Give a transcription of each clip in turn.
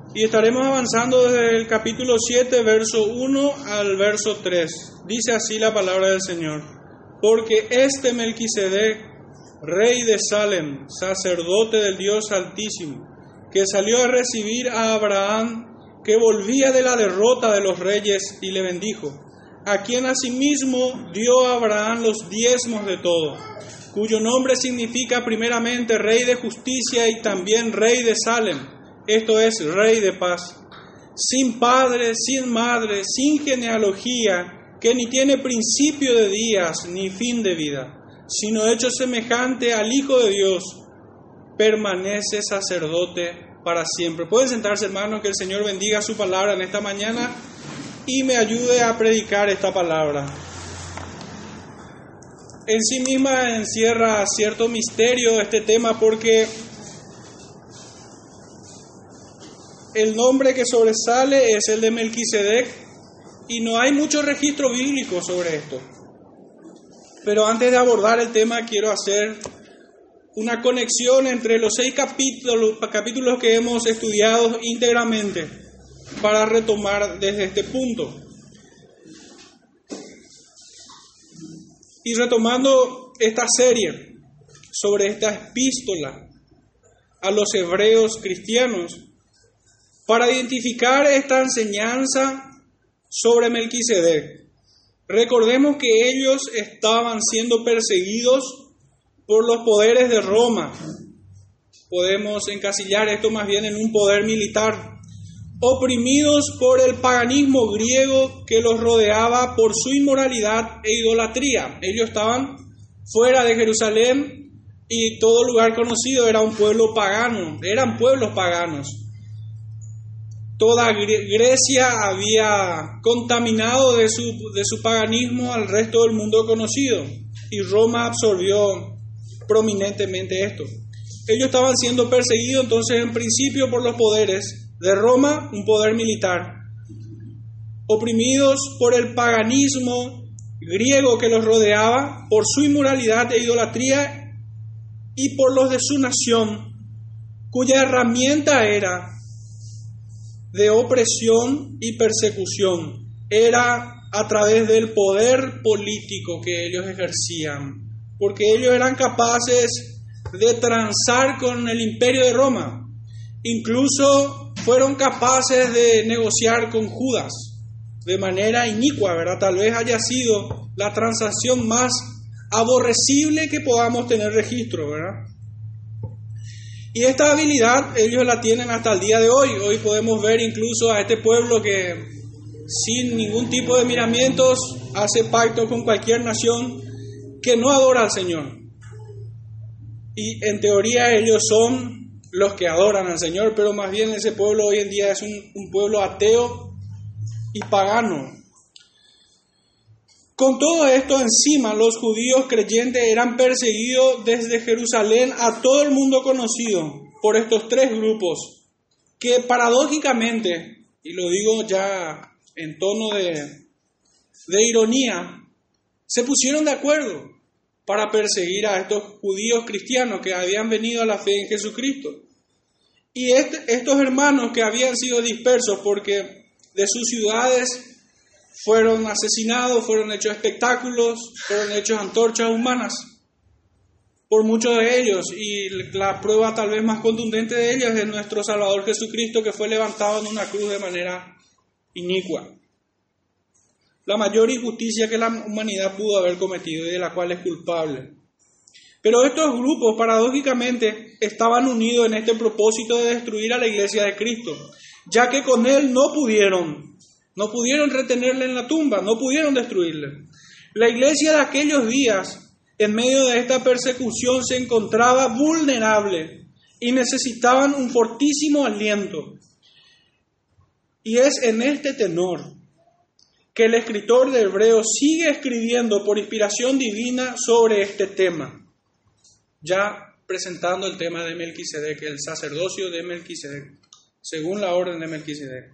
Y estaremos avanzando desde el capítulo 7, verso 1 al verso 3. Dice así la palabra del Señor: Porque este Melquisedec, rey de Salem, sacerdote del Dios Altísimo, que salió a recibir a Abraham, que volvía de la derrota de los reyes, y le bendijo, a quien asimismo dio a Abraham los diezmos de todo, cuyo nombre significa primeramente Rey de Justicia y también Rey de Salem, esto es, Rey de Paz, sin padre, sin madre, sin genealogía, que ni tiene principio de días ni fin de vida, sino hecho semejante al Hijo de Dios, permanece sacerdote para siempre. Pueden sentarse, hermanos, que el Señor bendiga su palabra en esta mañana y me ayude a predicar esta palabra. En sí misma encierra cierto misterio este tema, porque el nombre que sobresale es el de Melquisedec y no hay mucho registro bíblico sobre esto. Pero antes de abordar el tema quiero hacer una conexión entre los 6 capítulos que hemos estudiado íntegramente para retomar desde este punto. Y retomando esta serie sobre esta epístola a los hebreos cristianos, para identificar esta enseñanza sobre Melquisedec, recordemos que ellos estaban siendo perseguidos por los poderes de Roma. Podemos encasillar esto más bien en un poder militar. Oprimidos por el paganismo griego que los rodeaba por su inmoralidad e idolatría. Ellos estaban fuera de Jerusalén y todo lugar conocido era un pueblo pagano, eran pueblos paganos. Toda Grecia había contaminado de su paganismo al resto del mundo conocido y Roma absorbió prominentemente esto. Ellos estaban siendo perseguidos entonces en principio por los poderes de Roma, un poder militar, oprimidos por el paganismo griego que los rodeaba, por su inmoralidad e idolatría y por los de su nación, cuya herramienta era de opresión y persecución, era a través del poder político que ellos ejercían, porque ellos eran capaces de transar con el imperio de Roma. Incluso fueron capaces de negociar con Judas de manera inicua, ¿verdad? Tal vez haya sido la transacción más aborrecible que podamos tener registro, ¿verdad? Y esta habilidad ellos la tienen hasta el día de hoy. Hoy podemos ver incluso a este pueblo que sin ningún tipo de miramientos hace pacto con cualquier nación que no adora al Señor. Y en teoría ellos son los que adoran al Señor, pero más bien ese pueblo hoy en día es un pueblo ateo y pagano. Con todo esto encima, los judíos creyentes eran perseguidos desde Jerusalén a todo el mundo conocido por estos 3 grupos que paradójicamente, y lo digo ya en tono de ironía, se pusieron de acuerdo para perseguir a estos judíos cristianos que habían venido a la fe en Jesucristo. Y estos hermanos que habían sido dispersos porque de sus ciudades fueron asesinados, fueron hechos espectáculos, fueron hechos antorchas humanas por muchos de ellos, y la prueba tal vez más contundente de ellos es nuestro Salvador Jesucristo, que fue levantado en una cruz de manera inicua. La mayor injusticia que la humanidad pudo haber cometido y de la cual es culpable. Pero estos grupos paradójicamente estaban unidos en este propósito de destruir a la iglesia de Cristo, ya que con él no pudieron retenerle en la tumba, no pudieron destruirle. La iglesia de aquellos días, en medio de esta persecución, se encontraba vulnerable y necesitaban un fortísimo aliento. Y es en este tenor que el escritor de Hebreos sigue escribiendo por inspiración divina sobre este tema, ya presentando el tema de Melquisedec, el sacerdocio de Melquisedec, según la orden de Melquisedec.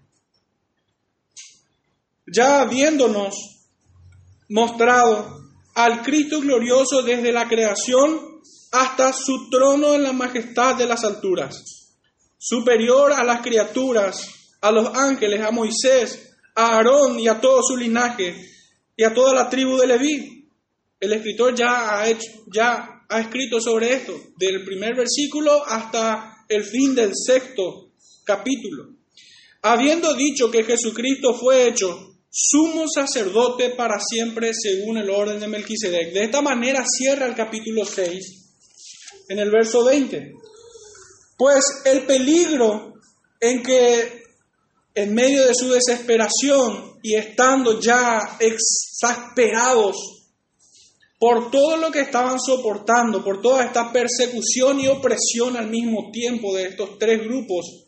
Ya habiéndonos mostrado al Cristo glorioso desde la creación hasta su trono en la majestad de las alturas, superior a las criaturas, a los ángeles, a Moisés, a Aarón y a todo su linaje, y a toda la tribu de Leví. El escritor ya ha escrito sobre esto, del primer versículo hasta el fin del 6º capítulo. Habiendo dicho que Jesucristo fue hecho sumo sacerdote para siempre según el orden de Melquisedec. De esta manera cierra el capítulo 6 en el verso 20. Pues el peligro en que en medio de su desesperación y estando ya exasperados por todo lo que estaban soportando, por toda esta persecución y opresión al mismo tiempo de estos tres grupos,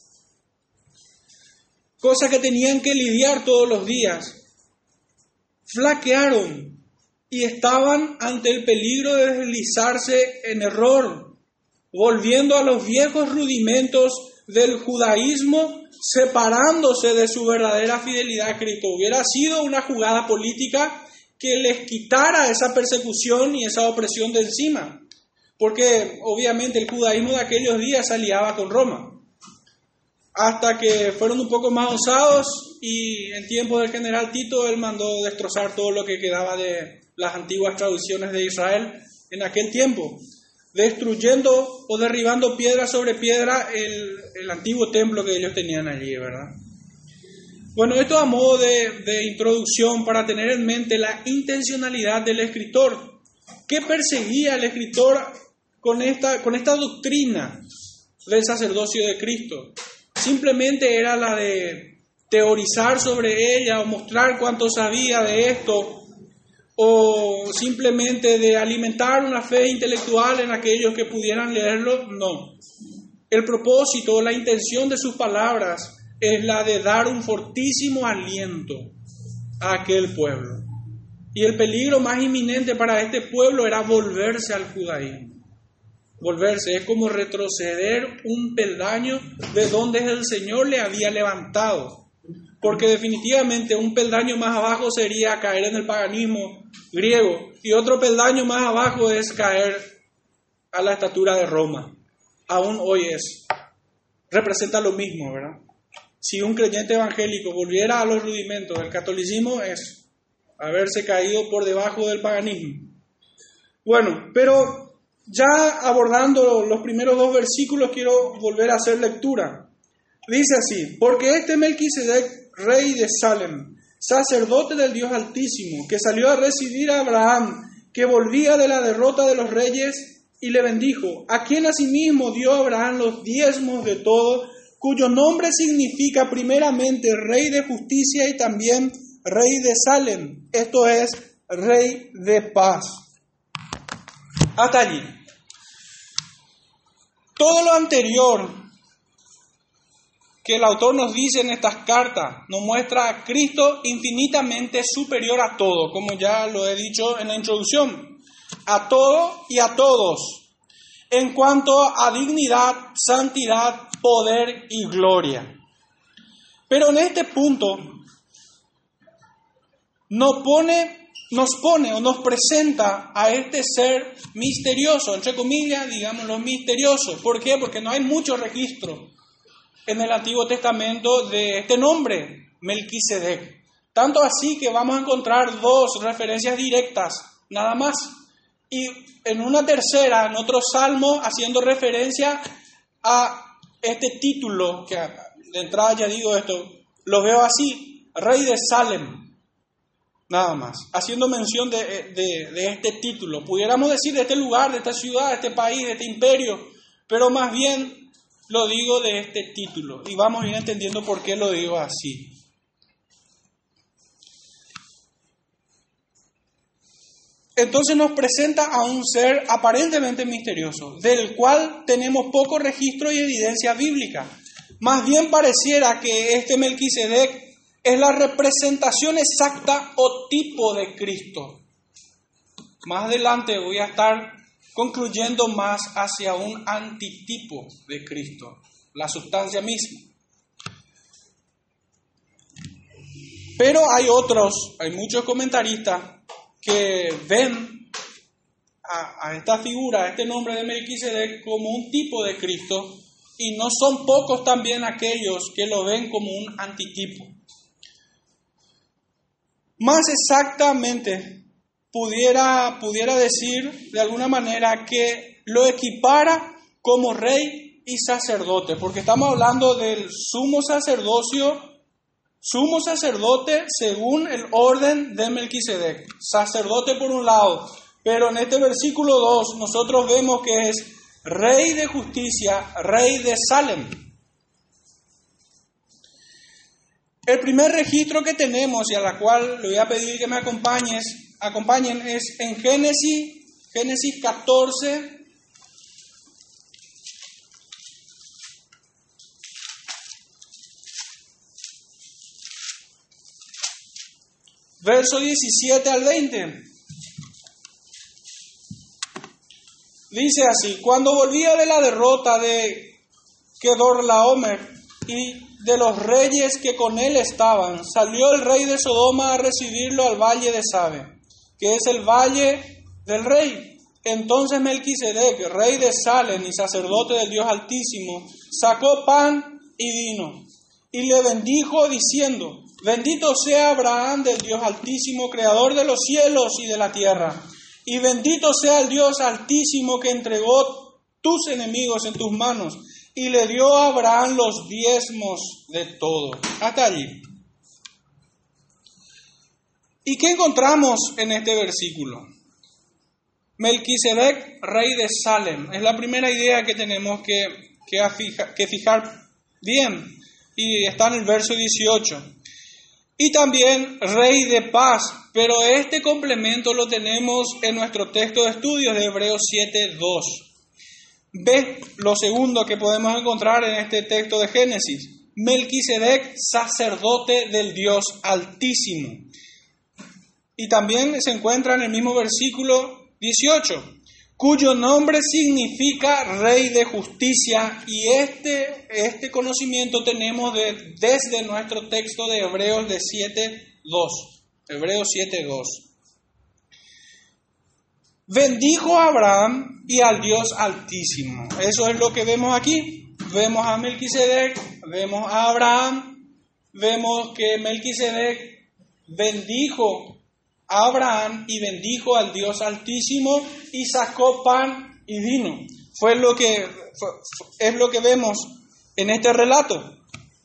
cosa que tenían que lidiar todos los días, flaquearon y estaban ante el peligro de deslizarse en error, volviendo a los viejos rudimentos del judaísmo, separándose de su verdadera fidelidad a Cristo. Hubiera sido una jugada política que les quitara esa persecución y esa opresión de encima, porque obviamente el judaísmo de aquellos días se aliaba con Roma, hasta que fueron un poco más osados y en tiempos del general Tito él mandó destrozar todo lo que quedaba de las antiguas tradiciones de Israel en aquel tiempo, destruyendo o derribando piedra sobre piedra el antiguo templo que ellos tenían allí, ¿verdad? Bueno, esto a modo de introducción para tener en mente la intencionalidad del escritor. ¿Qué perseguía el escritor con esta doctrina del sacerdocio de Cristo? Simplemente era la de teorizar sobre ella o mostrar cuánto sabía de esto, o simplemente de alimentar una fe intelectual en aquellos que pudieran leerlo. No. El propósito, la intención de sus palabras es la de dar un fortísimo aliento a aquel pueblo. Y el peligro más inminente para este pueblo era volverse al judaísmo. Volverse es como retroceder un peldaño de donde el Señor le había levantado. Porque definitivamente un peldaño más abajo sería caer en el paganismo griego. Y otro peldaño más abajo es caer a la estatura de Roma. Aún hoy representa lo mismo, ¿verdad? Si un creyente evangélico volviera a los rudimentos del catolicismo es haberse caído por debajo del paganismo. Bueno, pero ya abordando los primeros dos versículos quiero volver a hacer lectura. Dice así: porque este Melquisedec, rey de Salem, sacerdote del Dios Altísimo, que salió a residir a Abraham, que volvía de la derrota de los reyes, y le bendijo, a quien asimismo dio a Abraham los diezmos de todo, cuyo nombre significa primeramente Rey de Justicia y también Rey de Salem, esto es, Rey de Paz. Hasta allí. Todo lo anterior que el autor nos dice en estas cartas nos muestra a Cristo infinitamente superior a todo, como ya lo he dicho en la introducción, a todo y a todos, en cuanto a dignidad, santidad, poder y gloria. Pero en este punto nos presenta a este ser misterioso, entre comillas, digámoslo misterioso. ¿Por qué? Porque no hay mucho registro en el Antiguo Testamento de este nombre, Melquisedec. Tanto así que vamos a encontrar dos referencias directas, nada más. Y en una tercera, en otro salmo, haciendo referencia a este título, que de entrada ya digo esto, lo veo así, Rey de Salem, nada más, haciendo mención de este título. Pudiéramos decir de este lugar, de esta ciudad, de este país, de este imperio, pero más bien lo digo de este título, y vamos a ir entendiendo por qué lo digo así. Entonces nos presenta a un ser aparentemente misterioso, del cual tenemos poco registro y evidencia bíblica. Más bien pareciera que este Melquisedec es la representación exacta o tipo de Cristo. Más adelante voy a estar concluyendo más hacia un antitipo de Cristo, la sustancia misma. Pero hay muchos comentaristas que ven a esta figura, a este nombre de Melquisedec, como un tipo de Cristo y no son pocos también aquellos que lo ven como un antitipo. Más exactamente, pudiera decir de alguna manera que lo equipara como rey y sacerdote, porque estamos hablando del sumo sacerdote según el orden de Melquisedec, sacerdote por un lado, pero en este versículo 2 nosotros vemos que es rey de justicia, rey de Salem. El primer registro que tenemos y a la cual le voy a pedir que me acompañen es en Génesis 14, verso 17 al 20. Dice así: cuando volvía de la derrota de Kedorlaomer y de los reyes que con él estaban, salió el rey de Sodoma a recibirlo al valle de Sabe, que es el valle del rey. Entonces Melquisedec, rey de Salem y sacerdote del Dios Altísimo, sacó pan y vino, y le bendijo diciendo: bendito sea Abraham del Dios Altísimo, creador de los cielos y de la tierra, y bendito sea el Dios Altísimo que entregó tus enemigos en tus manos, y le dio a Abraham los diezmos de todo. Hasta allí. ¿Y qué encontramos en este versículo? Melquisedec, rey de Salem. Es la primera idea que tenemos que fijar bien. Y está en el verso 18. Y también rey de paz. Pero este complemento lo tenemos en nuestro texto de estudios de Hebreos 7:2. Ve lo segundo que podemos encontrar en este texto de Génesis. Melquisedec, sacerdote del Dios Altísimo. Y también se encuentra en el mismo versículo 18, cuyo nombre significa rey de justicia. Y este conocimiento tenemos desde nuestro texto de Hebreos de 7:2. Hebreos 7:2. Bendijo a Abraham y al Dios Altísimo. Eso es lo que vemos aquí. Vemos a Melquisedec, vemos a Abraham, vemos que Melquisedec bendijo a Abraham y bendijo al Dios Altísimo y sacó pan y vino. Es lo que vemos en este relato.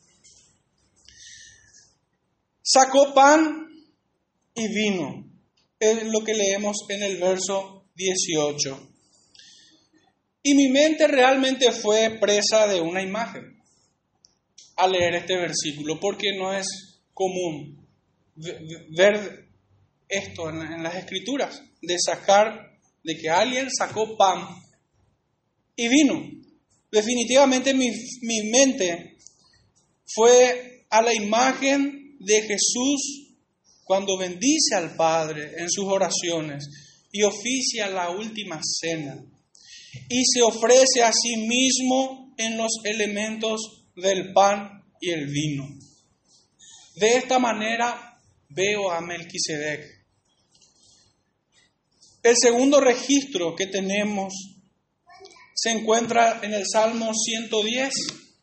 Sacó pan y vino. Es lo que leemos en el verso 18. Y mi mente realmente fue presa de una imagen al leer este versículo, porque no es común ver esto en las Escrituras, de que alguien sacó pan y vino. Definitivamente mi mente fue a la imagen de Jesús cuando bendice al Padre en sus oraciones y oficia la última cena y se ofrece a sí mismo en los elementos del pan y el vino. De esta manera veo a Melquisedec. El segundo registro que tenemos se encuentra en el Salmo 110.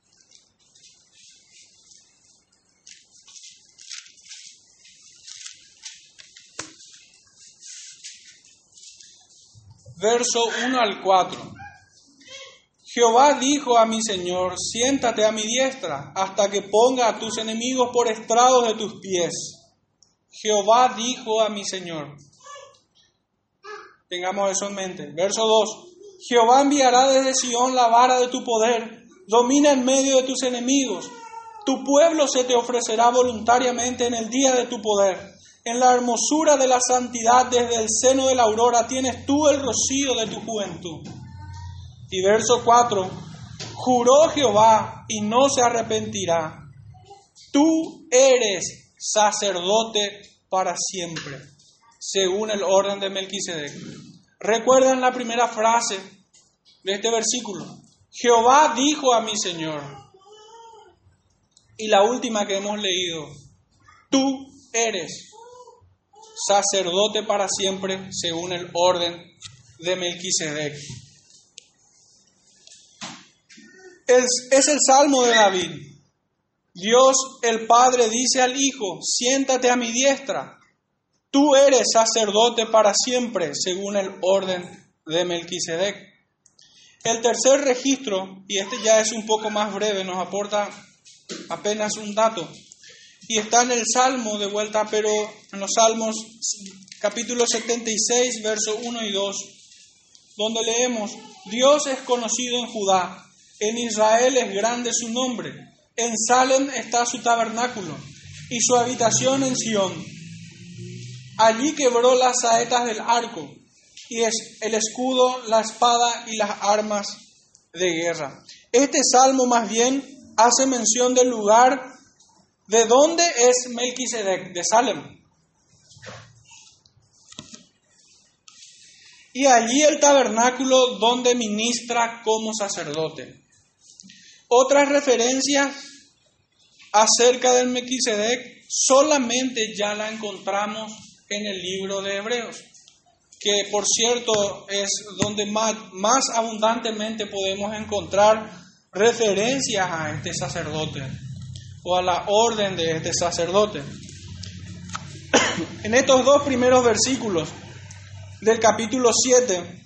Verso 1 al 4. Jehová dijo a mi Señor: siéntate a mi diestra, hasta que ponga a tus enemigos por estrados de tus pies. Jehová dijo a mi Señor. Tengamos eso en mente. Verso 2. Jehová enviará desde Sión la vara de tu poder, domina en medio de tus enemigos. Tu pueblo se te ofrecerá voluntariamente en el día de tu poder. En la hermosura de la santidad, desde el seno de la aurora, tienes tú el rocío de tu juventud. Y verso 4, juró Jehová y no se arrepentirá. Tú eres sacerdote para siempre, según el orden de Melquisedec. ¿Recuerdan la primera frase de este versículo? Jehová dijo a mi Señor. Y la última que hemos leído, tú eres sacerdote para siempre, según el orden de Melquisedec. Es el Salmo de David. Dios el Padre dice al Hijo: siéntate a mi diestra. Tú eres sacerdote para siempre, según el orden de Melquisedec. El tercer registro, y este ya es un poco más breve, nos aporta apenas un dato. Y está en el Salmo de vuelta, pero en los Salmos, capítulo 76, versos 1 y 2, donde leemos: Dios es conocido en Judá, en Israel es grande su nombre, en Salem está su tabernáculo y su habitación en Sión. Allí quebró las saetas del arco y es el escudo, la espada y las armas de guerra. Este salmo más bien hace mención del lugar de donde es Melquisedec, de Salem. Y allí el tabernáculo donde ministra como sacerdote. Otras referencias acerca del Melquisedec solamente ya la encontramos en el libro de Hebreos, que por cierto es donde más abundantemente podemos encontrar referencias a este sacerdote o a la orden de este sacerdote. En estos dos primeros versículos del capítulo 7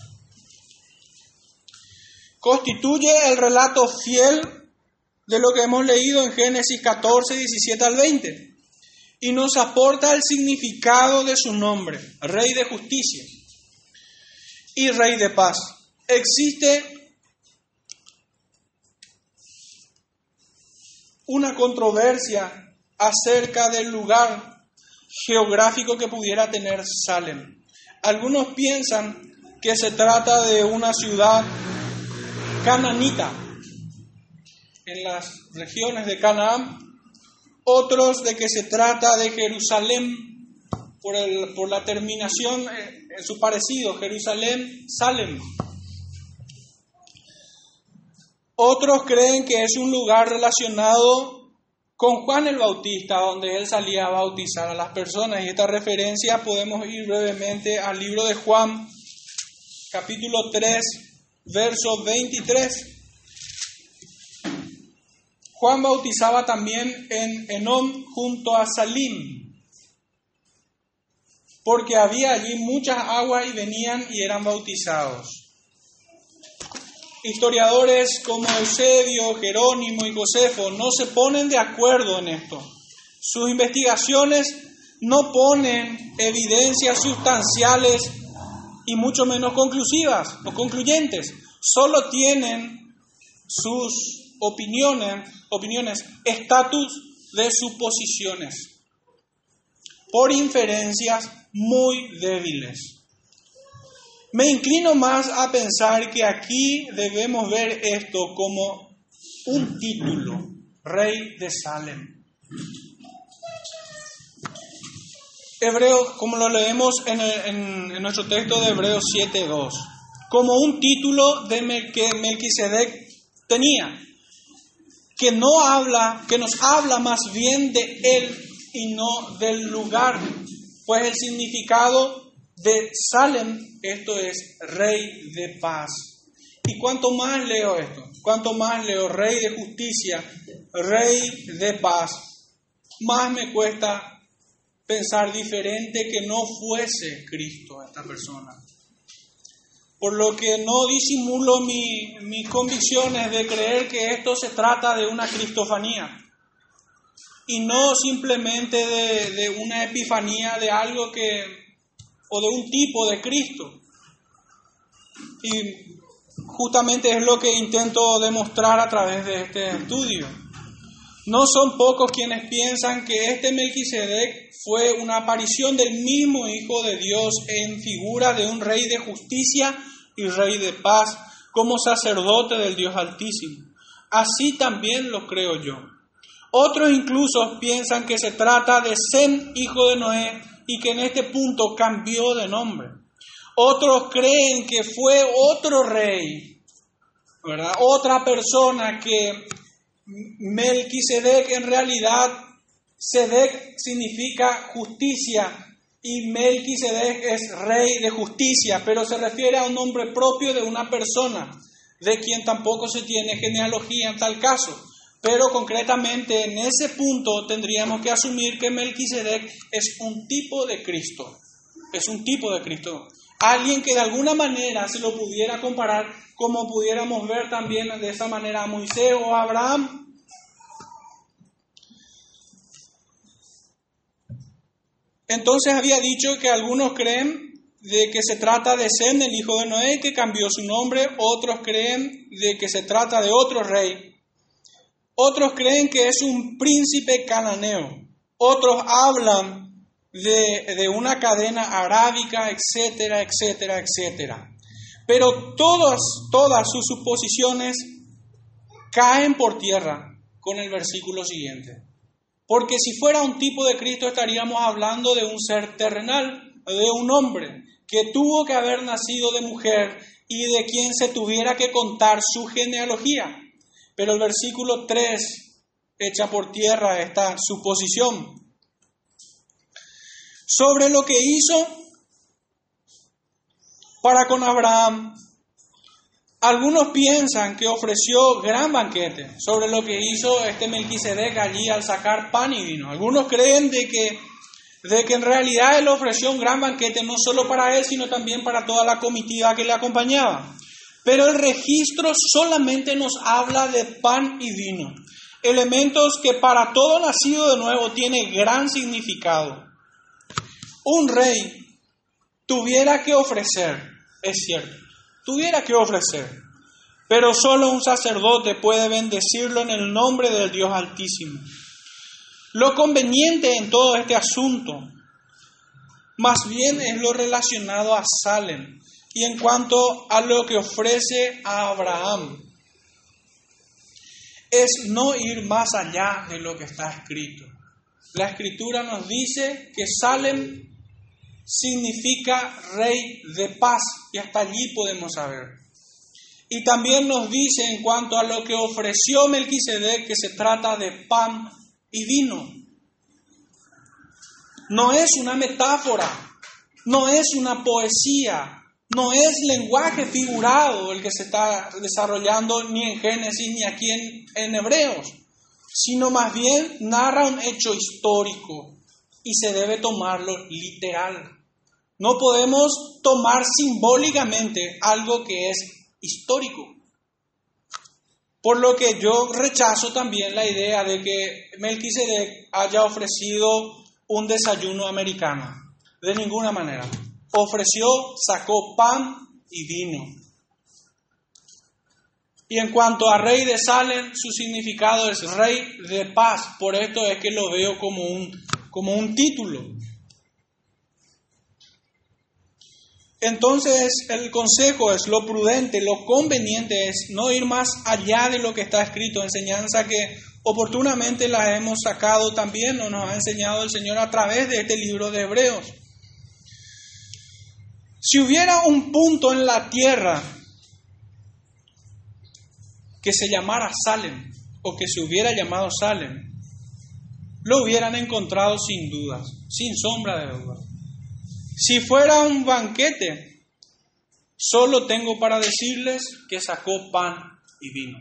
constituye el relato fiel de lo que hemos leído en Génesis 14, 17 al 20. Y nos aporta el significado de su nombre: Rey de Justicia y Rey de Paz. Existe una controversia acerca del lugar geográfico que pudiera tener Salem. Algunos piensan que se trata de una ciudad cananita en las regiones de Canaán. Otros de que se trata de Jerusalén por la terminación en su parecido, Jerusalén, Salem. Otros creen que es un lugar relacionado con Juan el Bautista, donde él salía a bautizar a las personas. Y esta referencia podemos ir brevemente al libro de Juan, capítulo 3, verso 23. Juan bautizaba también en Enón junto a Salim, porque había allí muchas aguas y venían y eran bautizados. Historiadores como Eusebio, Jerónimo y Josefo no se ponen de acuerdo en esto. Sus investigaciones no ponen evidencias sustanciales y mucho menos conclusivas o concluyentes. Solo tienen sus opiniones, estatus de suposiciones, por inferencias muy débiles. Me inclino más a pensar que aquí debemos ver esto como un título: Rey de Salem. Hebreos, como lo leemos en nuestro texto de Hebreos 7:2, como un título que Melquisedec tenía, que nos habla más bien de él y no del lugar, pues el significado de Salem, esto es Rey de Paz. Y cuanto más leo esto, cuanto más leo Rey de Justicia, Rey de Paz, más me cuesta pensar diferente que no fuese Cristo esta persona. Por lo que no disimulo mis convicciones de creer que esto se trata de una cristofanía y no simplemente de una epifanía de algo o de un tipo de Cristo. Y justamente es lo que intento demostrar a través de este estudio. No son pocos quienes piensan que este Melquisedec fue una aparición del mismo Hijo de Dios en figura de un Rey de Justicia y Rey de Paz, como sacerdote del Dios Altísimo. Así también lo creo yo. Otros incluso piensan que se trata de Sem, hijo de Noé, y que en este punto cambió de nombre. Otros creen que fue otro rey, ¿verdad? Otra persona, que Melquisedec en realidad, Sedec significa justicia y Melquisedec es rey de justicia, pero se refiere a un nombre propio de una persona. de quien tampoco se tiene genealogía en tal caso. Pero concretamente en ese punto tendríamos que asumir que Melquisedec es un tipo de Cristo. Es un tipo de Cristo. Alguien que de alguna manera se lo pudiera comparar, como pudiéramos ver también de esa manera a Moisés o a Abraham. Entonces había dicho que algunos creen de que se trata de Sem, el hijo de Noé, que cambió su nombre. Otros creen de que se trata de otro rey. Otros creen que es un príncipe cananeo. Otros hablan de una cadena arábica, etcétera, etcétera, etcétera. Pero todas sus suposiciones caen por tierra con el versículo siguiente. Porque si fuera un tipo de Cristo estaríamos hablando de un ser terrenal, de un hombre que tuvo que haber nacido de mujer y de quien se tuviera que contar su genealogía. Pero el versículo 3 echa por tierra esta suposición. Sobre lo que hizo para con Abraham, algunos piensan que ofreció gran banquete sobre lo que hizo este Melquisedec allí al sacar pan y vino. Algunos creen de que en realidad él ofreció un gran banquete no solo para él, sino también para toda la comitiva que le acompañaba. Pero el registro solamente nos habla de pan y vino, elementos que para todo nacido de nuevo tiene gran significado. Un rey tuviera que ofrecer, es cierto, tuviera que ofrecer, pero solo un sacerdote puede bendecirlo en el nombre del Dios Altísimo. Lo conveniente en todo este asunto, más bien es lo relacionado a Salem, y en cuanto a lo que ofrece a Abraham, es no ir más allá de lo que está escrito. La Escritura nos dice que Salem significa rey de paz, y hasta allí podemos saber. Y también nos dice en cuanto a lo que ofreció Melquisedec que se trata de pan y vino. No es una metáfora, no es una poesía, no es lenguaje figurado el que se está desarrollando ni en Génesis ni aquí en Hebreos, sino más bien narra un hecho histórico y se debe tomarlo literal. No podemos tomar simbólicamente algo que es histórico. Por lo que yo rechazo también la idea de que Melquisedec haya ofrecido un desayuno americano. De ninguna manera. Sacó pan y vino. Y en cuanto a rey de Salem, su significado es rey de paz. Por esto es que lo veo como un título. Entonces el consejo es, lo prudente, lo conveniente es no ir más allá de lo que está escrito, enseñanza que oportunamente la hemos sacado también o nos ha enseñado el Señor a través de este libro de Hebreos. Si hubiera un punto en la tierra que se llamara Salem o que se hubiera llamado Salem, lo hubieran encontrado sin dudas, sin sombra de dudas. Si fuera un banquete, solo tengo para decirles que sacó pan y vino.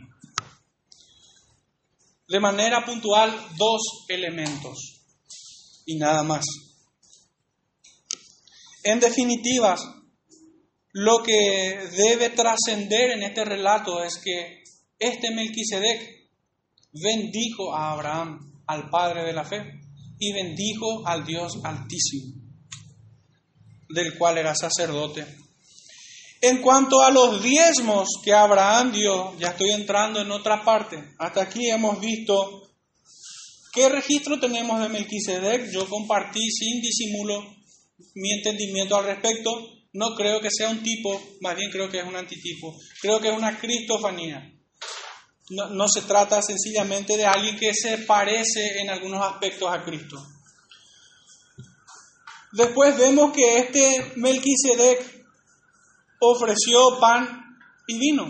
De manera puntual, 2 elementos y nada más. En definitiva, lo que debe trascender en este relato es que este Melquisedec bendijo a Abraham, al padre de la fe, y bendijo al Dios Altísimo, del cual era sacerdote. En cuanto a los diezmos que Abraham dio, ya estoy entrando en otra parte. Hasta aquí hemos visto qué registro tenemos de Melquisedec. Yo compartí sin disimulo mi entendimiento al respecto. No creo que sea un tipo, más bien creo que es un antitipo. Creo que es una cristofanía. No se trata sencillamente de alguien que se parece en algunos aspectos a Cristo. Después vemos que este Melquisedec ofreció pan y vino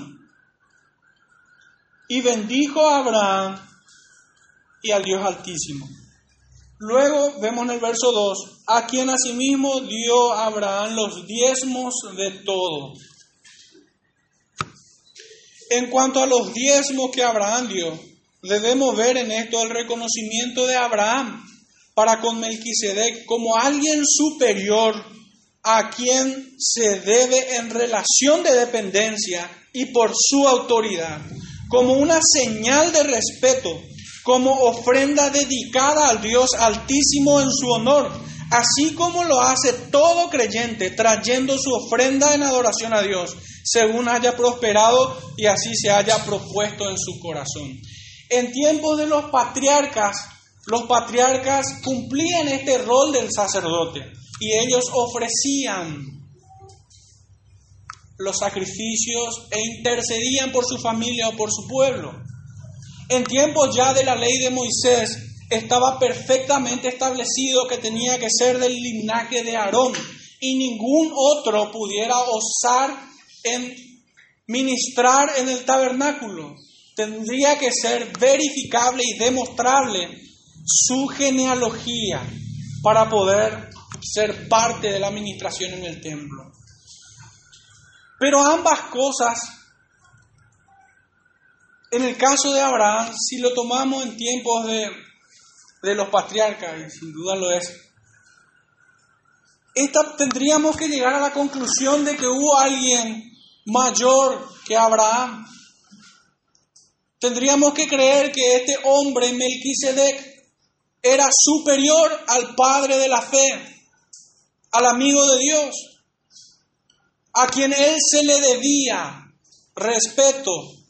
y bendijo a Abraham y al Dios Altísimo. Luego vemos en el verso 2, a quien asimismo dio a Abraham los diezmos de todo. En cuanto a los diezmos que Abraham dio, debemos ver en esto el reconocimiento de Abraham para con Melquisedec como alguien superior a quien se debe en relación de dependencia y por su autoridad, como una señal de respeto, como ofrenda dedicada al Dios Altísimo en su honor, así como lo hace todo creyente, trayendo su ofrenda en adoración a Dios, según haya prosperado y así se haya propuesto en su corazón. En tiempos de los patriarcas cumplían este rol del sacerdote y ellos ofrecían los sacrificios e intercedían por su familia o por su pueblo. En tiempos ya de la ley de Moisés estaba perfectamente establecido que tenía que ser del linaje de Aarón y ningún otro pudiera osar en ministrar en el tabernáculo. Tendría que ser verificable y demostrable su genealogía para poder ser parte de la administración en el templo. Pero ambas cosas, en el caso de Abraham, si lo tomamos en tiempos de los patriarcas, y sin duda lo es, tendríamos que llegar a la conclusión de que hubo alguien mayor que Abraham. Tendríamos que creer que este hombre, Melquisedec, era superior al padre de la fe, al amigo de Dios, a quien él se le debía respeto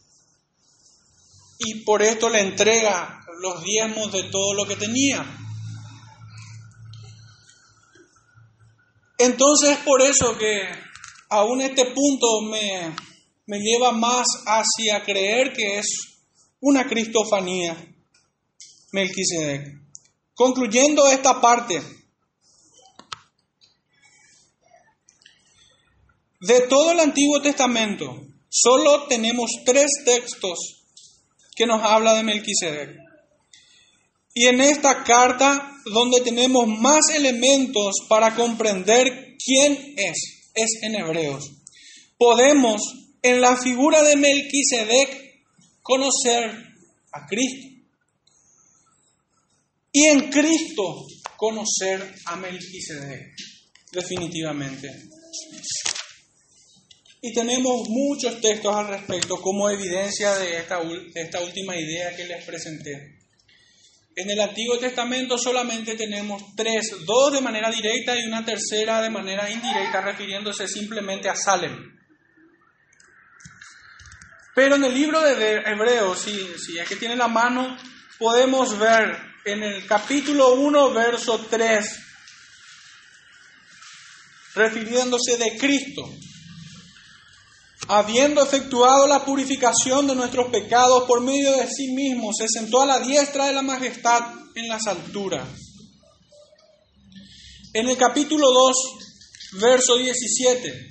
y por esto le entrega los diezmos de todo lo que tenía. Entonces, por eso que aún este punto me lleva más hacia creer que es una cristofanía Melquisedec. Concluyendo esta parte, de todo el Antiguo Testamento, solo tenemos 3 textos que nos habla de Melquisedec. Y en esta carta, donde tenemos más elementos para comprender quién es en Hebreos. Podemos, en la figura de Melquisedec, conocer a Cristo. Y en Cristo conocer a Melquisedec, definitivamente. Y tenemos muchos textos al respecto como evidencia de esta última idea que les presenté. En el Antiguo Testamento solamente tenemos 3, 2 de manera directa y una tercera de manera indirecta, refiriéndose simplemente a Salem. Pero en el libro de Hebreos, si es que tiene la mano, podemos ver en el capítulo 1, verso 3, refiriéndose de Cristo, habiendo efectuado la purificación de nuestros pecados por medio de sí mismo, se sentó a la diestra de la majestad en las alturas. En el capítulo 2, verso 17,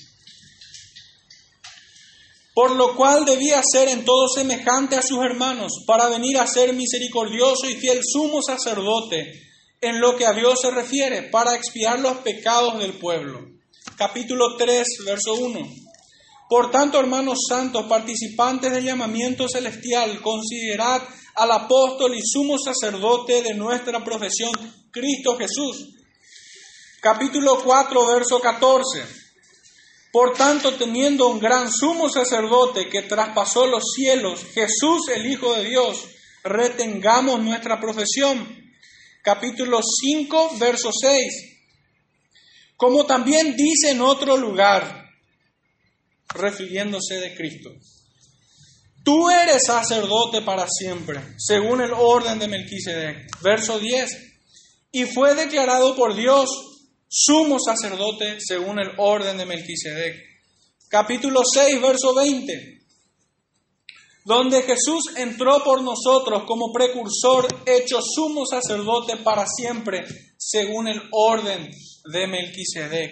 por lo cual debía ser en todo semejante a sus hermanos, para venir a ser misericordioso y fiel sumo sacerdote en lo que a Dios se refiere, para expiar los pecados del pueblo. Capítulo 3, verso 1. Por tanto, hermanos santos, participantes del llamamiento celestial, considerad al apóstol y sumo sacerdote de nuestra profesión, Cristo Jesús. Capítulo 4, verso 14. Por tanto, teniendo un gran sumo sacerdote que traspasó los cielos, Jesús, el Hijo de Dios, retengamos nuestra profesión. Capítulo 5, verso 6. Como también dice en otro lugar, refiriéndose de Cristo, tú eres sacerdote para siempre, según el orden de Melquisedec. Verso 10. Y fue declarado por Dios sumo sacerdote según el orden de Melquisedec. Capítulo 6, verso 20. Donde Jesús entró por nosotros como precursor, hecho sumo sacerdote para siempre, según el orden de Melquisedec.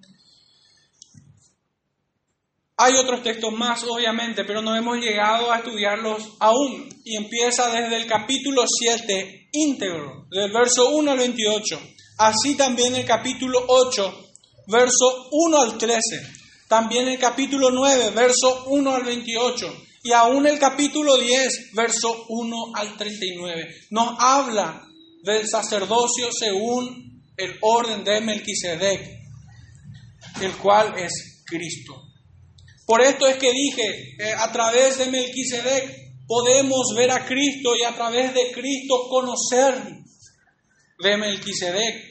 Hay otros textos más, obviamente, pero no hemos llegado a estudiarlos aún. Y empieza desde el capítulo 7, íntegro, del verso 1 al 28. Así también el capítulo 8, verso 1 al 13. También el capítulo 9, verso 1 al 28. Y aún el capítulo 10, verso 1 al 39, nos habla del sacerdocio según el orden de Melquisedec, el cual es Cristo. Por esto es que dije, a través de Melquisedec podemos ver a Cristo y a través de Cristo conocer de Melquisedec.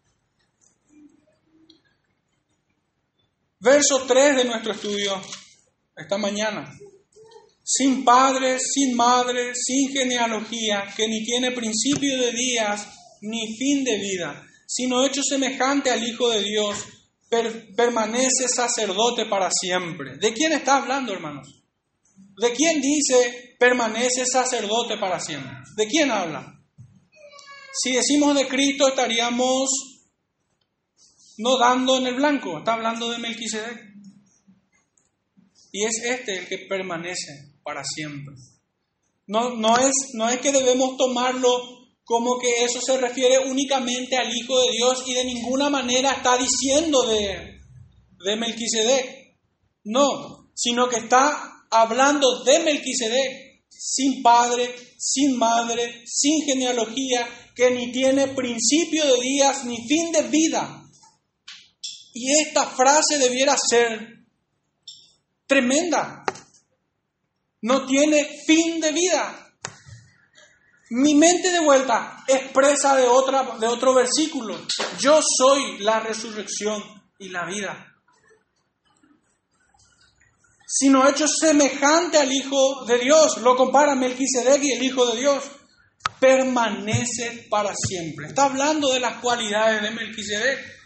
Verso 3 de nuestro estudio esta mañana. Sin padre, sin madre, sin genealogía, que ni tiene principio de días ni fin de vida, sino hecho semejante al Hijo de Dios, permanece sacerdote para siempre. ¿De quién está hablando, hermanos? ¿De quién dice permanece sacerdote para siempre? ¿De quién habla? Si decimos de Cristo estaríamos no dando en el blanco. Está hablando de Melquisedec. Y es este el que permanece para siempre. No es que debemos tomarlo como que eso se refiere únicamente al Hijo de Dios y de ninguna manera está diciendo de Melquisedec. No, sino que está hablando de Melquisedec, sin padre, sin madre, sin genealogía, que ni tiene principio de días ni fin de vida. Y esta frase debiera ser tremenda. No tiene fin de vida. Mi mente de vuelta expresa de otro versículo. Yo soy la resurrección y la vida. Sino hecho semejante al Hijo de Dios. Lo compara Melquisedec y el Hijo de Dios. Permanece para siempre. Está hablando de las cualidades de Melquisedec.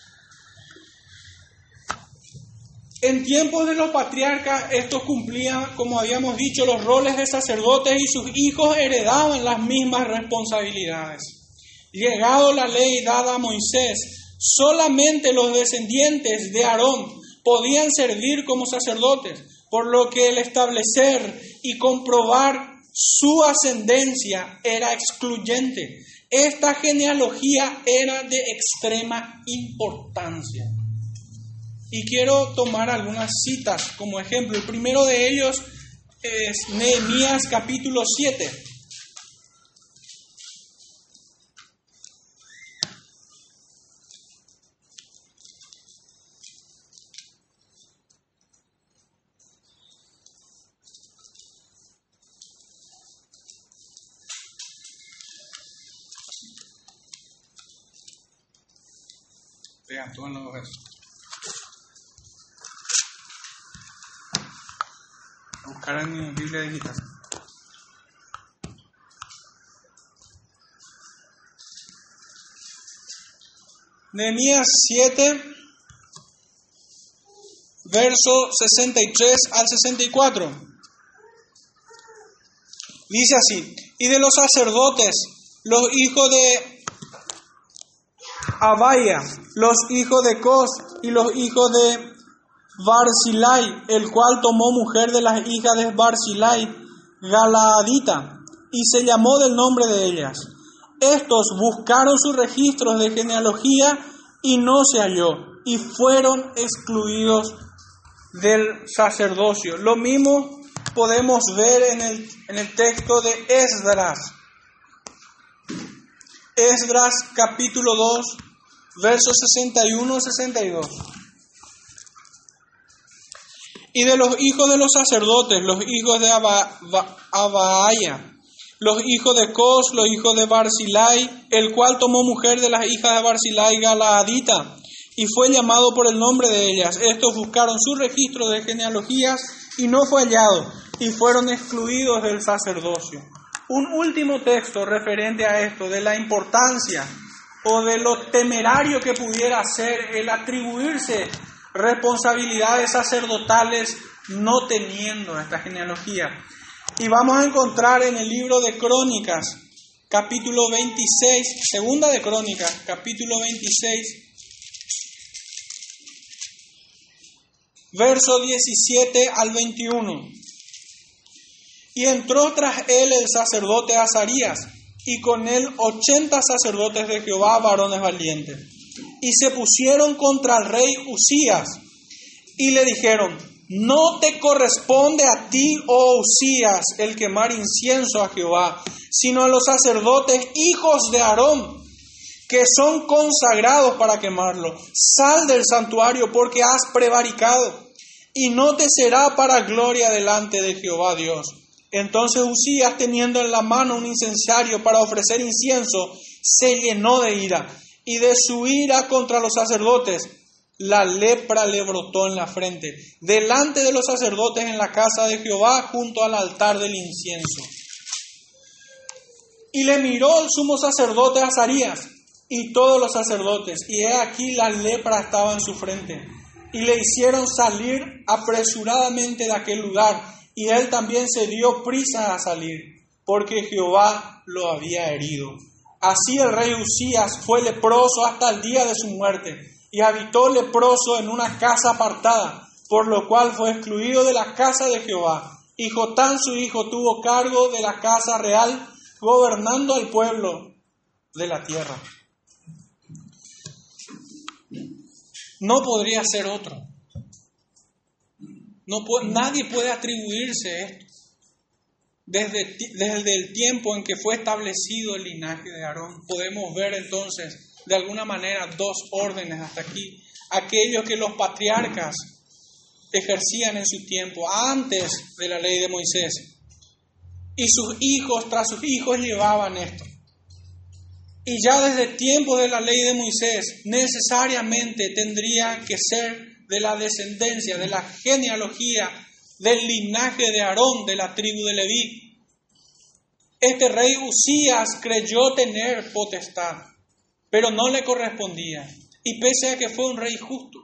En tiempos de los patriarcas, estos cumplían, como habíamos dicho, los roles de sacerdotes y sus hijos heredaban las mismas responsabilidades. Llegado la ley dada a Moisés, solamente los descendientes de Aarón podían servir como sacerdotes, por lo que el establecer y comprobar su ascendencia era excluyente. Esta genealogía era de extrema importancia. Y quiero tomar algunas citas como ejemplo. El primero de ellos es Nehemías capítulo 7. Vean, todos los versos. Buscar en mi Biblia digital. Nehemías 7, verso 63 al 64. Dice así: y de los sacerdotes, los hijos de Abaya, los hijos de Cos y los hijos de Barzilai, el cual tomó mujer de las hijas de Barzilai, Galaadita, y se llamó del nombre de ellas. Estos buscaron sus registros de genealogía y no se halló, y fueron excluidos del sacerdocio. Lo mismo podemos ver en el texto de Esdras. Esdras capítulo 2, versos 61-62. Y de los hijos de los sacerdotes, los hijos de Abaaya, los hijos de Cos, los hijos de Barzilai, el cual tomó mujer de las hijas de Barzilai, Galaadita, y fue llamado por el nombre de ellas. Estos buscaron su registro de genealogías y no fue hallado, y fueron excluidos del sacerdocio. Un último texto referente a esto, de la importancia o de lo temerario que pudiera ser el atribuirse responsabilidades sacerdotales no teniendo esta genealogía. Y vamos a encontrar en el libro de Crónicas, capítulo 26, segunda de Crónicas, capítulo 26, verso 17 al 21. Y entró tras él el sacerdote Azarías, y con él 80 sacerdotes de Jehová, varones valientes. Y se pusieron contra el rey Usías, y le dijeron: no te corresponde a ti, oh Usías, el quemar incienso a Jehová, sino a los sacerdotes, hijos de Aarón, que son consagrados para quemarlo. Sal del santuario, porque has prevaricado, y no te será para gloria delante de Jehová Dios. Entonces Usías, teniendo en la mano un incensario para ofrecer incienso, se llenó de ira, y de su ira contra los sacerdotes, la lepra le brotó en la frente, delante de los sacerdotes en la casa de Jehová, junto al altar del incienso. Y le miró el sumo sacerdote Azarías y todos los sacerdotes, y he aquí la lepra estaba en su frente. Y le hicieron salir apresuradamente de aquel lugar, y él también se dio prisa a salir, porque Jehová lo había herido. Así el rey Usías fue leproso hasta el día de su muerte, y habitó leproso en una casa apartada, por lo cual fue excluido de la casa de Jehová. Y Jotán su hijo tuvo cargo de la casa real, gobernando al pueblo de la tierra. No podría ser otro. Nadie puede atribuirse esto. Desde el tiempo en que fue establecido el linaje de Aarón, podemos ver entonces de alguna manera dos órdenes hasta aquí. Aquellos que los patriarcas ejercían en su tiempo, antes de la ley de Moisés, y sus hijos tras sus hijos llevaban esto. Y ya desde tiempos de la ley de Moisés, necesariamente tendría que ser de la descendencia, de la genealogía, del linaje de Aarón, de la tribu de Leví. Este rey Usías creyó tener potestad, pero no le correspondía. Y pese a que fue un rey justo,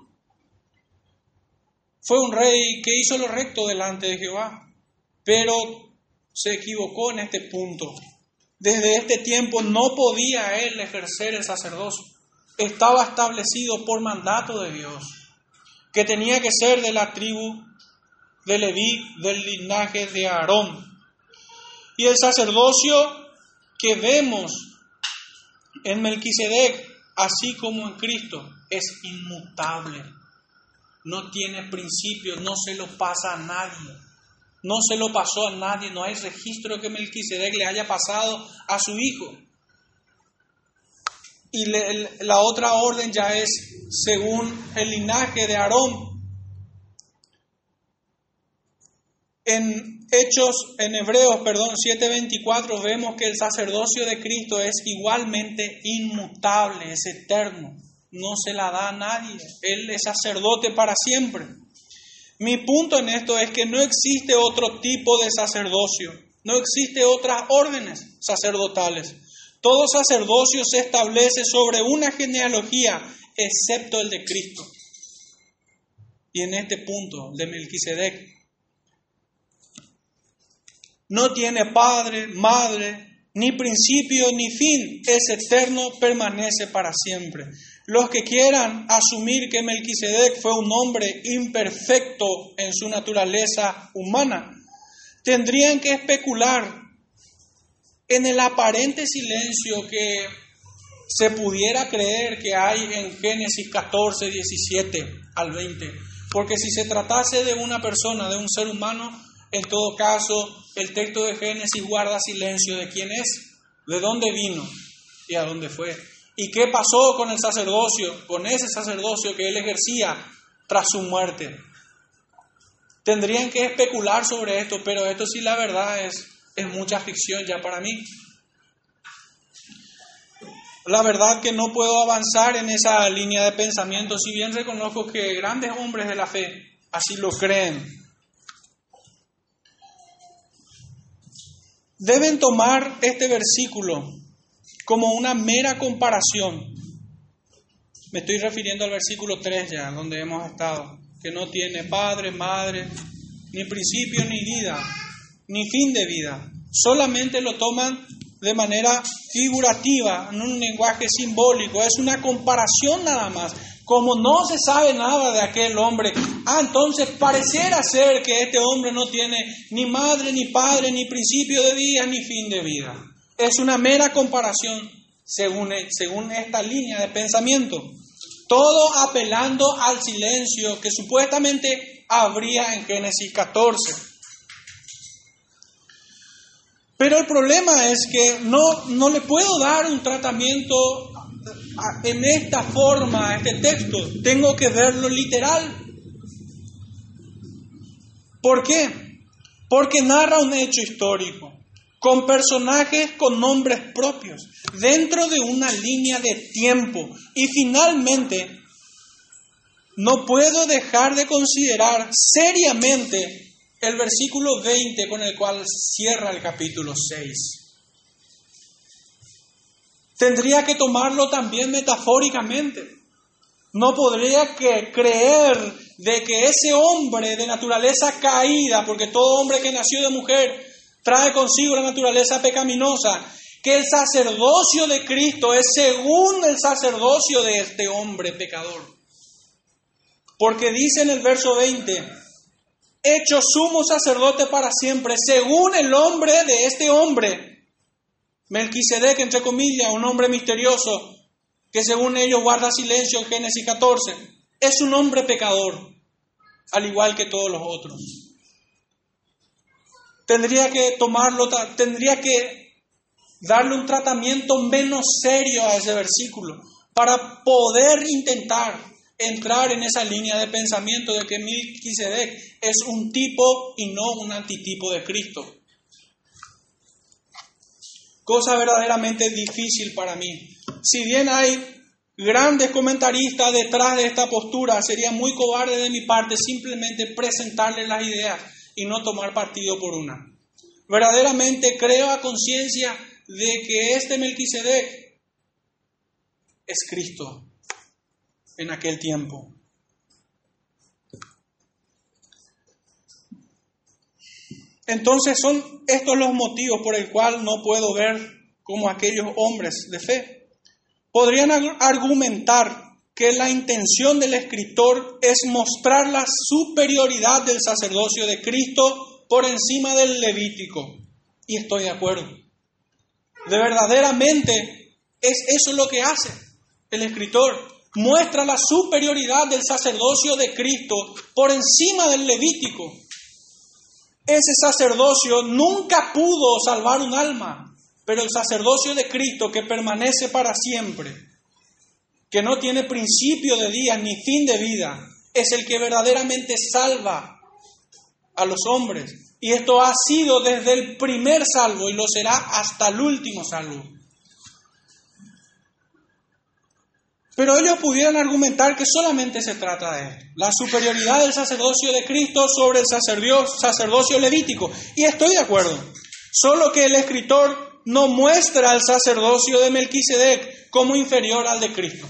fue un rey que hizo lo recto delante de Jehová, pero se equivocó en este punto. Desde este tiempo no podía él ejercer el sacerdocio. Estaba establecido por mandato de Dios, que tenía que ser de la tribu de Leví, del linaje de Aarón. Y el sacerdocio que vemos en Melquisedec, así como en Cristo, es inmutable. No tiene principio, no se lo pasa a nadie. No se lo pasó a nadie, no hay registro que Melquisedec le haya pasado a su hijo. Y la otra orden ya es según el linaje de Aarón. En Hebreos 7:24 vemos que el sacerdocio de Cristo es igualmente inmutable, es eterno, no se la da a nadie. Él es sacerdote para siempre. Mi punto en esto es que no existe otro tipo de sacerdocio, no existe otras órdenes sacerdotales. Todo sacerdocio se establece sobre una genealogía, excepto el de Cristo. Y en este punto de Melquisedec, no tiene padre, madre, ni principio ni fin, es eterno, permanece para siempre. Los que quieran asumir que Melquisedec fue un hombre imperfecto en su naturaleza humana, tendrían que especular en el aparente silencio que se pudiera creer que hay en Génesis 14, 17 al 20. Porque si se tratase de una persona, de un ser humano, en todo caso, el texto de Génesis guarda silencio de quién es, de dónde vino y a dónde fue. ¿Y qué pasó con el sacerdocio, con ese sacerdocio que él ejercía tras su muerte? Tendrían que especular sobre esto, pero esto sí la verdad es mucha ficción ya para mí. La verdad que no puedo avanzar en esa línea de pensamiento, si bien reconozco que grandes hombres de la fe así lo creen. Deben tomar este versículo como una mera comparación. Me estoy refiriendo al versículo 3 ya, donde hemos estado, que no tiene padre, madre, ni principio ni vida, ni fin de vida. Solamente lo toman de manera figurativa, en un lenguaje simbólico. Es una comparación nada más. Como no se sabe nada de aquel hombre, entonces pareciera ser que este hombre no tiene ni madre, ni padre, ni principio de vida, ni fin de vida. Es una mera comparación según esta línea de pensamiento. Todo apelando al silencio que supuestamente habría en Génesis 14. Pero el problema es que no le puedo dar un tratamiento en esta forma a este texto. Tengo que verlo literal. ¿Por qué? Porque narra un hecho histórico, con personajes con nombres propios, dentro de una línea de tiempo. Y finalmente, no puedo dejar de considerar seriamente el versículo 20 con el cual cierra el capítulo 6. Tendría que tomarlo también metafóricamente. No podría creer de que ese hombre de naturaleza caída, porque todo hombre que nació de mujer trae consigo la naturaleza pecaminosa, que el sacerdocio de Cristo es según el sacerdocio de este hombre pecador. Porque dice en el verso 20, hecho sumo sacerdote para siempre, según el hombre de este hombre, Melquisedec, entre comillas, un hombre misterioso, que según ellos guarda silencio en Génesis 14, es un hombre pecador, al igual que todos los otros. Tendría que darle un tratamiento menos serio a ese versículo para poder intentar entrar en esa línea de pensamiento de que Melquisedec es un tipo y no un antitipo de Cristo. Cosa verdaderamente difícil para mí. Si bien hay grandes comentaristas detrás de esta postura, sería muy cobarde de mi parte simplemente presentarles las ideas y no tomar partido por una. Verdaderamente creo a conciencia de que este Melquisedec es Cristo en aquel tiempo. Entonces son estos los motivos por el cual no puedo ver como aquellos hombres de fe. Podrían argumentar que la intención del escritor es mostrar la superioridad del sacerdocio de Cristo por encima del levítico. Y estoy de acuerdo. De verdaderamente es eso lo que hace el escritor. Muestra la superioridad del sacerdocio de Cristo por encima del levítico. Ese sacerdocio nunca pudo salvar un alma, pero el sacerdocio de Cristo que permanece para siempre, que no tiene principio de días ni fin de vida, es el que verdaderamente salva a los hombres. Y esto ha sido desde el primer salvo y lo será hasta el último salvo. Pero ellos pudieran argumentar que solamente se trata de esto, la superioridad del sacerdocio de Cristo sobre el sacerdocio levítico. Y estoy de acuerdo, solo que el escritor no muestra el sacerdocio de Melquisedec como inferior al de Cristo.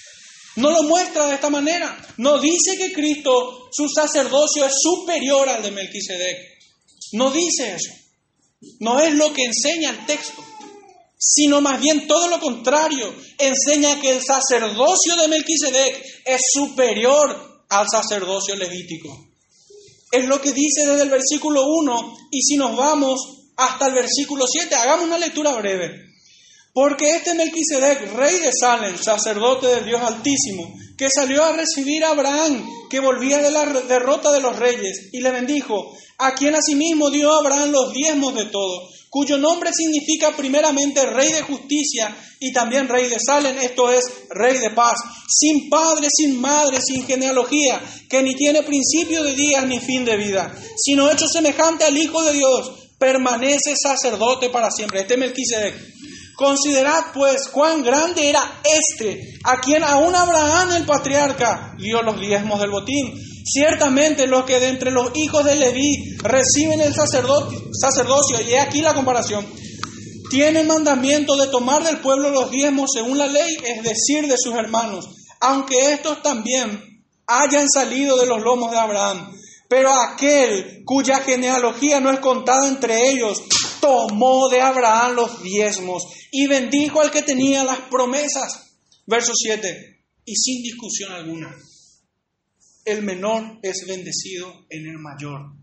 No lo muestra de esta manera. No dice que Cristo, su sacerdocio es superior al de Melquisedec. No dice eso. No es lo que enseña el texto, sino más bien todo lo contrario. Enseña que el sacerdocio de Melquisedec es superior al sacerdocio levítico. Es lo que dice desde el versículo 1, y si nos vamos hasta el versículo 7, hagamos una lectura breve. Porque este Melquisedec, rey de Salem, sacerdote del Dios Altísimo, que salió a recibir a Abraham, que volvía de la derrota de los reyes, y le bendijo, a quien asimismo dio a Abraham los diezmos de todo, cuyo nombre significa primeramente Rey de Justicia y también Rey de Salem, esto es, Rey de Paz, sin padre, sin madre, sin genealogía, que ni tiene principio de días ni fin de vida, sino hecho semejante al Hijo de Dios, permanece sacerdote para siempre. Este Melquisedec. Considerad pues cuán grande era este, a quien aún Abraham el patriarca dio los diezmos del botín. Ciertamente los que de entre los hijos de Leví reciben el sacerdocio, y he aquí la comparación, tienen mandamiento de tomar del pueblo los diezmos según la ley, es decir, de sus hermanos, aunque estos también hayan salido de los lomos de Abraham. Pero aquel cuya genealogía no es contada entre ellos, tomó de Abraham los diezmos y bendijo al que tenía las promesas. Verso 7. Y sin discusión alguna, el menor es bendecido en el mayor.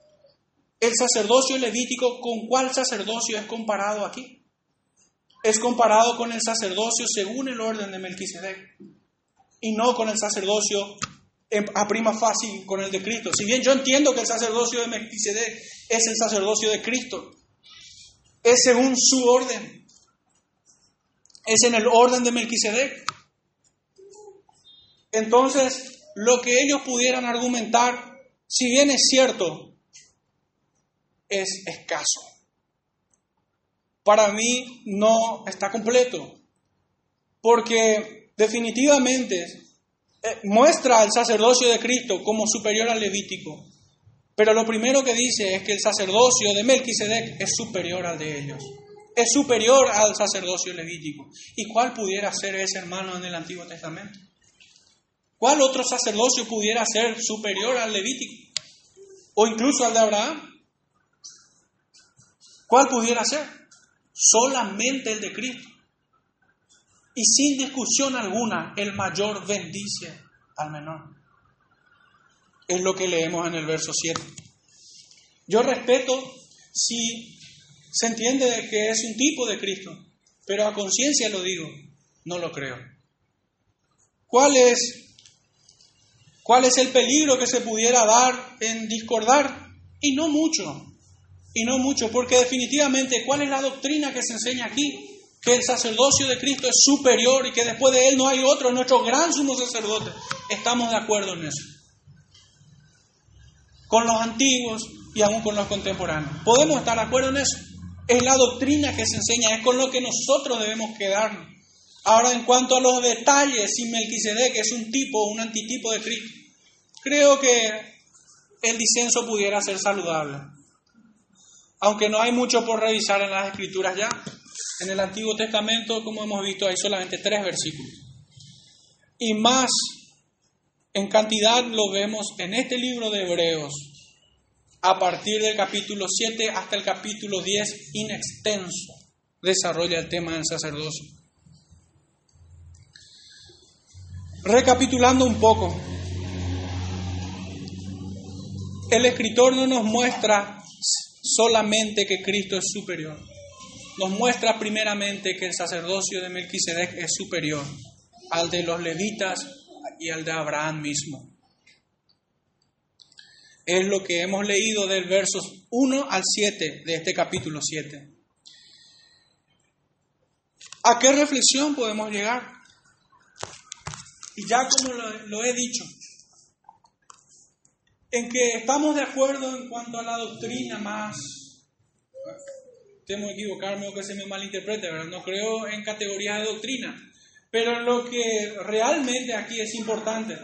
El sacerdocio levítico, ¿con cuál sacerdocio es comparado aquí? Es comparado con el sacerdocio según el orden de Melquisedec. y no con el sacerdocio a prima facie con el de Cristo. Si bien yo entiendo que el sacerdocio de Melquisedec es el sacerdocio de Cristo, es según su orden, es en el orden de Melquisedec. Entonces, lo que ellos pudieran argumentar, si bien es cierto, es escaso. Para mí no está completo, porque definitivamente muestra al sacerdocio de Cristo como superior al levítico, pero lo primero que dice es que el sacerdocio de Melquisedec es superior al de ellos, es superior al sacerdocio levítico. ¿Y cuál pudiera ser ese, hermano, en el Antiguo Testamento? ¿Cuál otro sacerdocio pudiera ser superior al levítico? O incluso al de Abraham. ¿Cuál pudiera ser? Solamente el de Cristo. Y sin discusión alguna, el mayor bendice al menor. Es lo que leemos en el verso 7. Yo respeto si se entiende que es un tipo de Cristo, pero a conciencia lo digo, no lo creo. ¿Cuál es el peligro que se pudiera dar en discordar? Y no mucho, porque definitivamente, ¿cuál es la doctrina que se enseña aquí? Que el sacerdocio de Cristo es superior y que después de Él no hay otro, nuestro gran sumo sacerdote. Estamos de acuerdo en eso. Con los antiguos y aún con los contemporáneos. Podemos estar de acuerdo en eso. Es la doctrina que se enseña, es con lo que nosotros debemos quedarnos. Ahora, en cuanto a los detalles, si Melquisedec es un tipo, un antitipo de Cristo, creo que el disenso pudiera ser saludable. Aunque no hay mucho por revisar en las Escrituras ya. En el Antiguo Testamento, como hemos visto, hay solamente 3 versículos. Y más en cantidad lo vemos en este libro de Hebreos, a partir del capítulo 7 hasta el capítulo 10, in extenso, desarrolla el tema del sacerdocio. Recapitulando un poco, el escritor no nos muestra solamente que Cristo es superior. Nos muestra primeramente que el sacerdocio de Melquisedec es superior al de los levitas y al de Abraham mismo. Es lo que hemos leído del versos 1 al 7 de este capítulo 7. ¿A qué reflexión podemos llegar? Y ya como lo he dicho, en que estamos de acuerdo en cuanto a la doctrina más... Temo equivocarme o que se me malinterprete, ¿verdad? No creo en categorías de doctrina, pero lo que realmente aquí es importante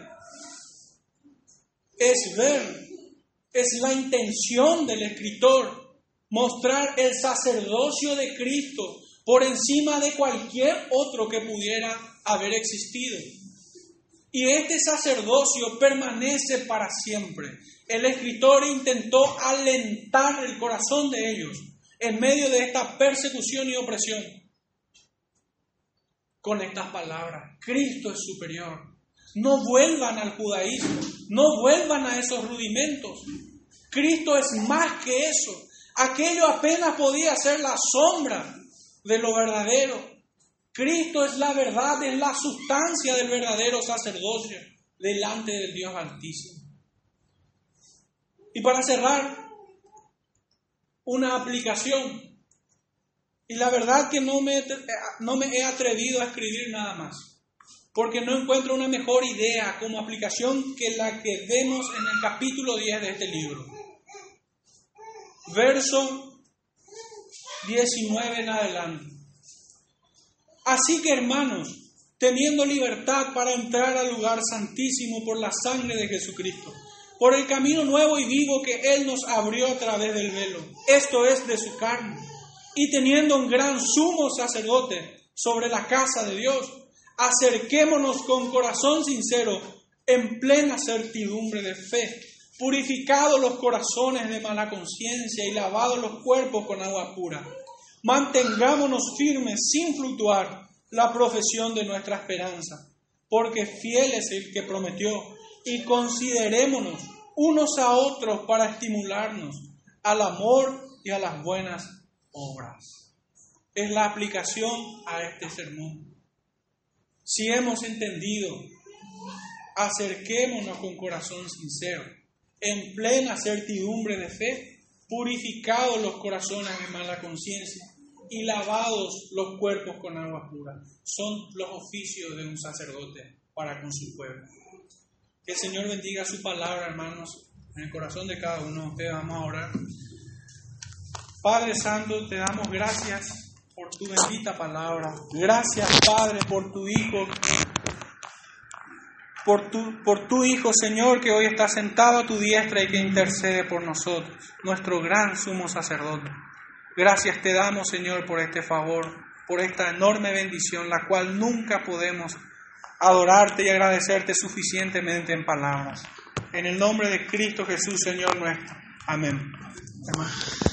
es ver, es la intención del escritor, mostrar el sacerdocio de Cristo por encima de cualquier otro que pudiera haber existido. Y este sacerdocio permanece para siempre. El escritor intentó alentar el corazón de ellos en medio de esta persecución y opresión con estas palabras: Cristo es superior. No vuelvan al judaísmo, no vuelvan a esos rudimentos. Cristo es más que eso. Aquello apenas podía ser la sombra de lo verdadero. Cristo es la verdad, es la sustancia del verdadero sacerdocio delante del Dios Altísimo. Y para cerrar, una aplicación. Y la verdad que no me he atrevido a escribir nada más, porque no encuentro una mejor idea como aplicación que la que vemos en el capítulo 10 de este libro. Verso 19 en adelante. Así que, hermanos, teniendo libertad para entrar al lugar santísimo por la sangre de Jesucristo, por el camino nuevo y vivo que Él nos abrió a través del velo, esto es, de su carne, y teniendo un gran sumo sacerdote sobre la casa de Dios, acerquémonos con corazón sincero, en plena certidumbre de fe, purificados los corazones de mala conciencia y lavados los cuerpos con agua pura. Mantengámonos firmes sin fluctuar la profesión de nuestra esperanza, porque fiel es el que prometió, y considerémonos unos a otros para estimularnos al amor y a las buenas obras. Es la aplicación a este sermón. Si hemos entendido acerquémonos con corazón sincero, en plena certidumbre de fe, purificados los corazones de mala conciencia y lavados los cuerpos con agua pura. Son los oficios de un sacerdote para con su pueblo. Que el Señor bendiga su palabra, hermanos, en el corazón de cada uno de ustedes. Vamos a orar. Padre Santo, te damos gracias por tu bendita palabra. Gracias, Padre, por tu Hijo. Por tu Hijo, Señor, que hoy está sentado a tu diestra y que intercede por nosotros, nuestro gran sumo sacerdote. Gracias te damos, Señor, por este favor, por esta enorme bendición, la cual nunca podemos adorarte y agradecerte suficientemente en palabras. En el nombre de Cristo Jesús, Señor nuestro. Amén. Amén.